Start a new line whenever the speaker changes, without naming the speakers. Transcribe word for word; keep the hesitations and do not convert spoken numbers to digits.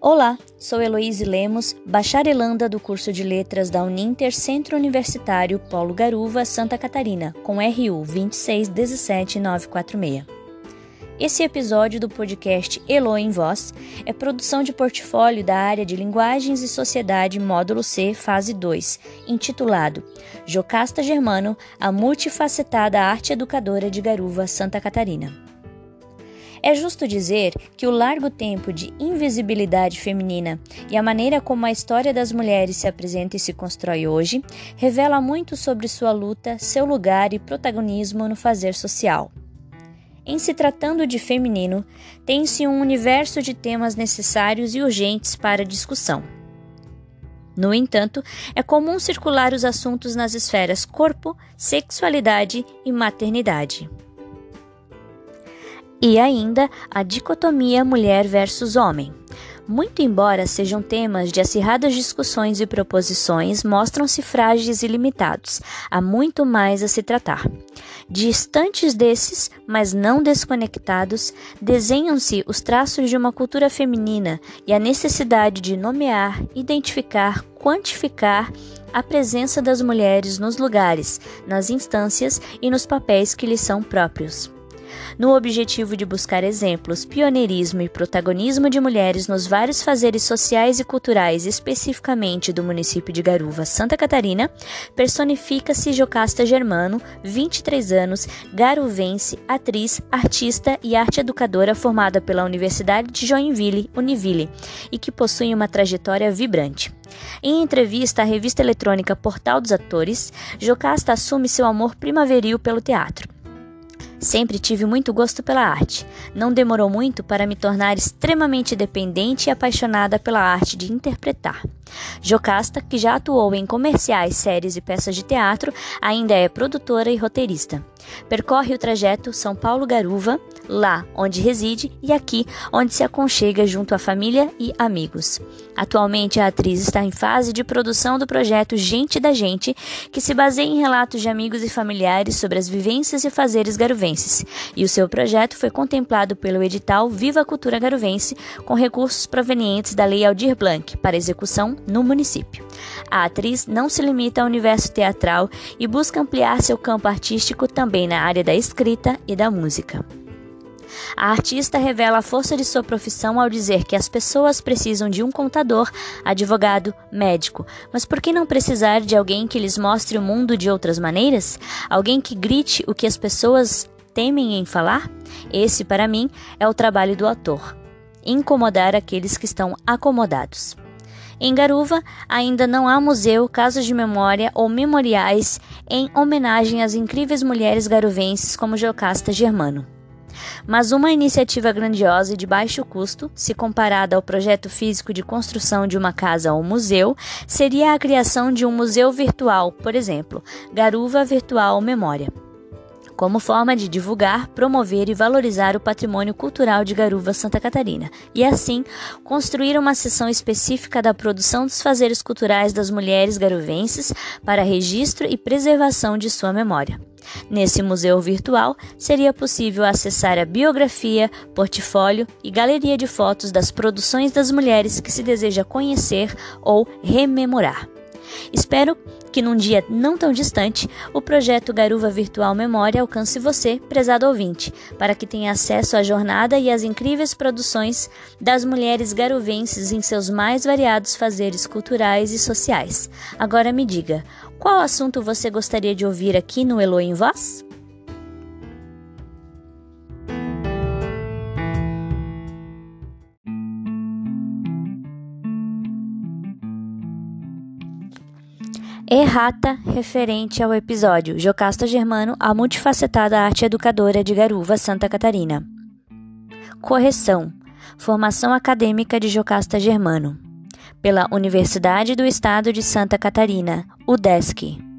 Olá, sou Heloíse Lemos, bacharelanda do curso de Letras da Uninter Centro Universitário Polo Garuva, Santa Catarina, com R U vinte e seis dezessete nove quatro seis. Esse episódio do podcast Elo em Voz é produção de portfólio da área de Linguagens e Sociedade Módulo C, Fase dois, intitulado Jocasta Germano, a multifacetada arte educadora de Garuva, Santa Catarina. É justo dizer que o largo tempo de invisibilidade feminina e a maneira como a história das mulheres se apresenta e se constrói hoje revela muito sobre sua luta, seu lugar e protagonismo no fazer social. Em se tratando de feminino, tem-se um universo de temas necessários e urgentes para discussão. No entanto, é comum circular os assuntos nas esferas corpo, sexualidade e maternidade. E ainda a dicotomia mulher versus homem. Muito embora sejam temas de acirradas discussões e proposições, mostram-se frágeis e limitados. Há muito mais a se tratar. Distantes desses, mas não desconectados, desenham-se os traços de uma cultura feminina e a necessidade de nomear, identificar, quantificar a presença das mulheres nos lugares, nas instâncias e nos papéis que lhes são próprios. No objetivo de buscar exemplos, pioneirismo e protagonismo de mulheres nos vários fazeres sociais e culturais, especificamente do município de Garuva, Santa Catarina, personifica-se Jocasta Germano, vinte e três anos, garuvense, atriz, artista e arte educadora formada pela Universidade de Joinville, Univille, e que possui uma trajetória vibrante. Em entrevista à revista eletrônica Portal dos Atores, Jocasta assume seu amor primaveril pelo teatro. Sempre tive muito gosto pela arte. Não demorou muito para me tornar extremamente dependente e apaixonada pela arte de interpretar. Jocasta, que já atuou em comerciais, séries e peças de teatro, ainda é produtora e roteirista. Percorre o trajeto São Paulo-Garuva, lá onde reside e aqui onde se aconchega junto à família e amigos. Atualmente a atriz está em fase de produção do projeto Gente da Gente, que se baseia em relatos de amigos e familiares sobre as vivências e fazeres garuvenses, e o seu projeto foi contemplado pelo edital Viva a Cultura Garuvense, com recursos provenientes da Lei Aldir Blanc para execução no município. A atriz não se limita ao universo teatral e busca ampliar seu campo artístico também na área da escrita e da música. A artista revela a força de sua profissão ao dizer que as pessoas precisam de um contador, advogado, médico. Mas por que não precisar de alguém que lhes mostre o mundo de outras maneiras? Alguém que grite o que as pessoas temem em falar? Esse, para mim, é o trabalho do ator: incomodar aqueles que estão acomodados. Em Garuva, ainda não há museu, casas de memória ou memoriais em homenagem às incríveis mulheres garuvenses como Jocasta Germano. Mas uma iniciativa grandiosa e de baixo custo, se comparada ao projeto físico de construção de uma casa ou museu, seria a criação de um museu virtual, por exemplo, Garuva Virtual Memória, como forma de divulgar, promover e valorizar o patrimônio cultural de Garuva, Santa Catarina, e assim construir uma seção específica da produção dos fazeres culturais das mulheres garuvenses para registro e preservação de sua memória. Nesse museu virtual, seria possível acessar a biografia, portfólio e galeria de fotos das produções das mulheres que se deseja conhecer ou rememorar. Espero que num dia não tão distante, o projeto Garuva Virtual Memória alcance você, prezado ouvinte, para que tenha acesso à jornada e às incríveis produções das mulheres garuvenses em seus mais variados fazeres culturais e sociais. Agora me diga, qual assunto você gostaria de ouvir aqui no Elo em Voz? Errata referente ao episódio Jocasta Germano, a multifacetada arte educadora de Garuva, Santa Catarina. Correção: formação acadêmica de Jocasta Germano, pela Universidade do Estado de Santa Catarina, UDESC.